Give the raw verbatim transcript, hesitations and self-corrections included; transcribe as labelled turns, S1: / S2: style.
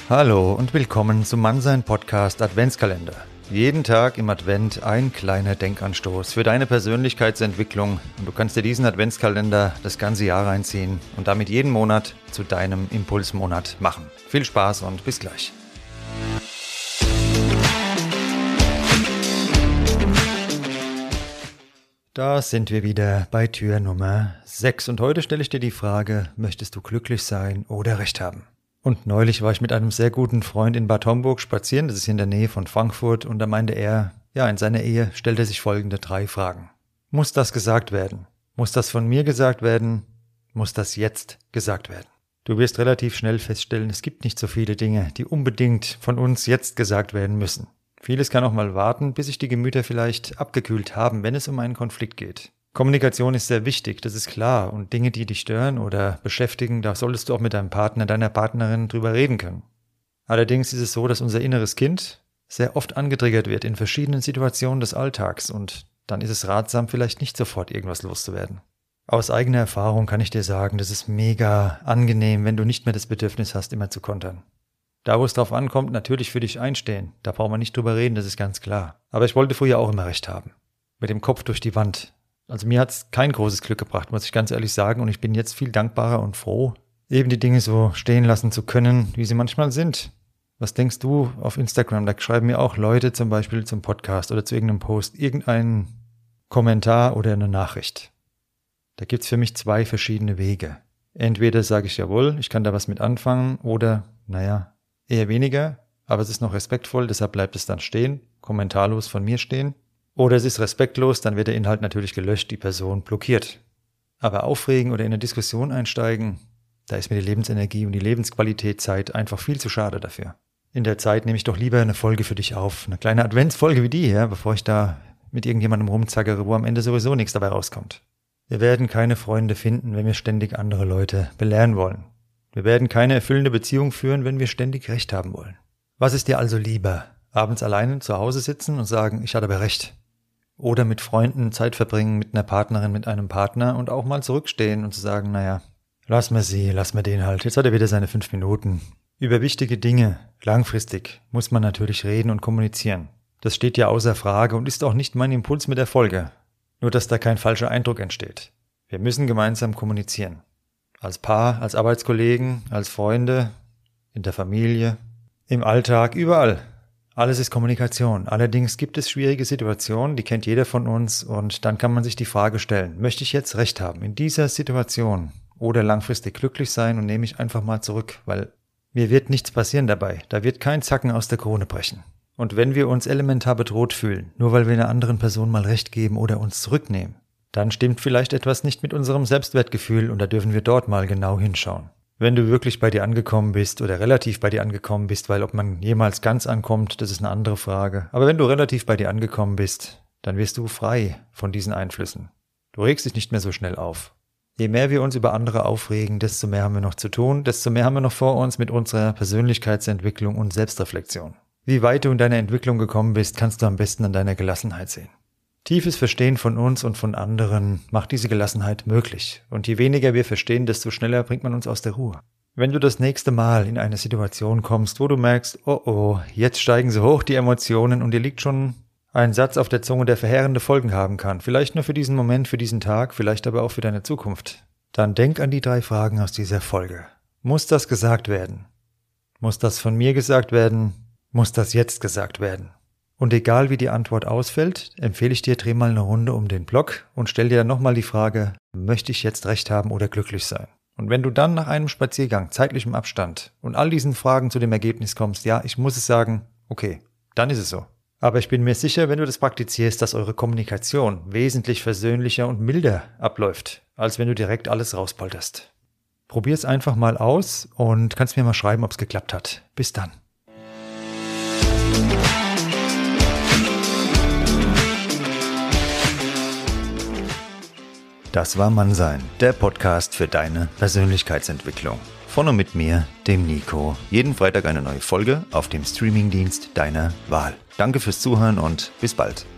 S1: Hallo und willkommen zum Mannsein Podcast Adventskalender. Jeden Tag im Advent ein kleiner Denkanstoß für deine Persönlichkeitsentwicklung und du kannst dir diesen Adventskalender das ganze Jahr reinziehen und damit jeden Monat zu deinem Impulsmonat machen. Viel Spaß und bis gleich. Da sind wir wieder bei Tür Nummer sechs und heute stelle ich dir die Frage, möchtest du glücklich sein oder Recht haben? Und neulich war ich mit einem sehr guten Freund in Bad Homburg spazieren, das ist in der Nähe von Frankfurt, und da meinte er, ja, in seiner Ehe stellt er sich folgende drei Fragen. Muss das gesagt werden? Muss das von mir gesagt werden? Muss das jetzt gesagt werden? Du wirst relativ schnell feststellen, es gibt nicht so viele Dinge, die unbedingt von uns jetzt gesagt werden müssen. Vieles kann auch mal warten, bis sich die Gemüter vielleicht abgekühlt haben, wenn es um einen Konflikt geht. Kommunikation ist sehr wichtig, das ist klar, und Dinge, die dich stören oder beschäftigen, da solltest du auch mit deinem Partner, deiner Partnerin drüber reden können. Allerdings ist es so, dass unser inneres Kind sehr oft angetriggert wird in verschiedenen Situationen des Alltags und dann ist es ratsam, vielleicht nicht sofort irgendwas loszuwerden. Aus eigener Erfahrung kann ich dir sagen, das ist mega angenehm, wenn du nicht mehr das Bedürfnis hast, immer zu kontern. Da, wo es drauf ankommt, natürlich für dich einstehen, da braucht man nicht drüber reden, das ist ganz klar. Aber ich wollte früher auch immer recht haben. Mit dem Kopf durch die Wand. Also mir hat es kein großes Glück gebracht, muss ich ganz ehrlich sagen, und ich bin jetzt viel dankbarer und froh, eben die Dinge so stehen lassen zu können, wie sie manchmal sind. Was denkst du auf Instagram? Da schreiben mir auch Leute zum Beispiel zum Podcast oder zu irgendeinem Post irgendeinen Kommentar oder eine Nachricht. Da gibt's für mich zwei verschiedene Wege. Entweder sage ich jawohl, ich kann da was mit anfangen, oder, naja, eher weniger, aber es ist noch respektvoll, deshalb bleibt es dann stehen, kommentarlos von mir stehen. Oder es ist respektlos, dann wird der Inhalt natürlich gelöscht, die Person blockiert. Aber aufregen oder in eine Diskussion einsteigen, da ist mir die Lebensenergie und die Lebensqualität Zeit einfach viel zu schade dafür. In der Zeit nehme ich doch lieber eine Folge für dich auf, eine kleine Adventsfolge wie die hier, bevor ich da mit irgendjemandem rumzaggere, wo am Ende sowieso nichts dabei rauskommt. Wir werden keine Freunde finden, wenn wir ständig andere Leute belehren wollen. Wir werden keine erfüllende Beziehung führen, wenn wir ständig Recht haben wollen. Was ist dir also lieber? Abends alleine zu Hause sitzen und sagen, ich hatte aber Recht? Oder mit Freunden Zeit verbringen, mit einer Partnerin, mit einem Partner und auch mal zurückstehen und zu sagen, naja, lass mal sie, lass mal den halt, jetzt hat er wieder seine fünf Minuten. Über wichtige Dinge, langfristig, muss man natürlich reden und kommunizieren. Das steht ja außer Frage und ist auch nicht mein Impuls mit der Folge. Nur, dass da kein falscher Eindruck entsteht. Wir müssen gemeinsam kommunizieren. Als Paar, als Arbeitskollegen, als Freunde, in der Familie, im Alltag, überall. Alles ist Kommunikation. Allerdings gibt es schwierige Situationen, die kennt jeder von uns, und dann kann man sich die Frage stellen, möchte ich jetzt Recht haben in dieser Situation oder langfristig glücklich sein und nehme ich einfach mal zurück, weil mir wird nichts passieren dabei. Da wird kein Zacken aus der Krone brechen. Und wenn wir uns elementar bedroht fühlen, nur weil wir einer anderen Person mal Recht geben oder uns zurücknehmen, dann stimmt vielleicht etwas nicht mit unserem Selbstwertgefühl und da dürfen wir dort mal genau hinschauen. Wenn du wirklich bei dir angekommen bist oder relativ bei dir angekommen bist, weil ob man jemals ganz ankommt, das ist eine andere Frage. Aber wenn du relativ bei dir angekommen bist, dann wirst du frei von diesen Einflüssen. Du regst dich nicht mehr so schnell auf. Je mehr wir uns über andere aufregen, desto mehr haben wir noch zu tun, desto mehr haben wir noch vor uns mit unserer Persönlichkeitsentwicklung und Selbstreflexion. Wie weit du in deiner Entwicklung gekommen bist, kannst du am besten an deiner Gelassenheit sehen. Tiefes Verstehen von uns und von anderen macht diese Gelassenheit möglich. Und je weniger wir verstehen, desto schneller bringt man uns aus der Ruhe. Wenn du das nächste Mal in eine Situation kommst, wo du merkst, oh oh, jetzt steigen so hoch die Emotionen und dir liegt schon ein Satz auf der Zunge, der verheerende Folgen haben kann, vielleicht nur für diesen Moment, für diesen Tag, vielleicht aber auch für deine Zukunft, dann denk an die drei Fragen aus dieser Folge. Muss das gesagt werden? Muss das von mir gesagt werden? Muss das jetzt gesagt werden? Und egal wie die Antwort ausfällt, empfehle ich dir, dreh mal eine Runde um den Block und stell dir dann nochmal die Frage, möchte ich jetzt Recht haben oder glücklich sein? Und wenn du dann nach einem Spaziergang, zeitlichem Abstand und all diesen Fragen zu dem Ergebnis kommst, ja, ich muss es sagen, okay, dann ist es so. Aber ich bin mir sicher, wenn du das praktizierst, dass eure Kommunikation wesentlich versöhnlicher und milder abläuft, als wenn du direkt alles rauspolterst. Probier's einfach mal aus und kannst mir mal schreiben, ob es geklappt hat. Bis dann. Das war Mannsein, der Podcast für deine Persönlichkeitsentwicklung. Von und mit mir, dem Nico. Jeden Freitag eine neue Folge auf dem Streamingdienst deiner Wahl. Danke fürs Zuhören und bis bald.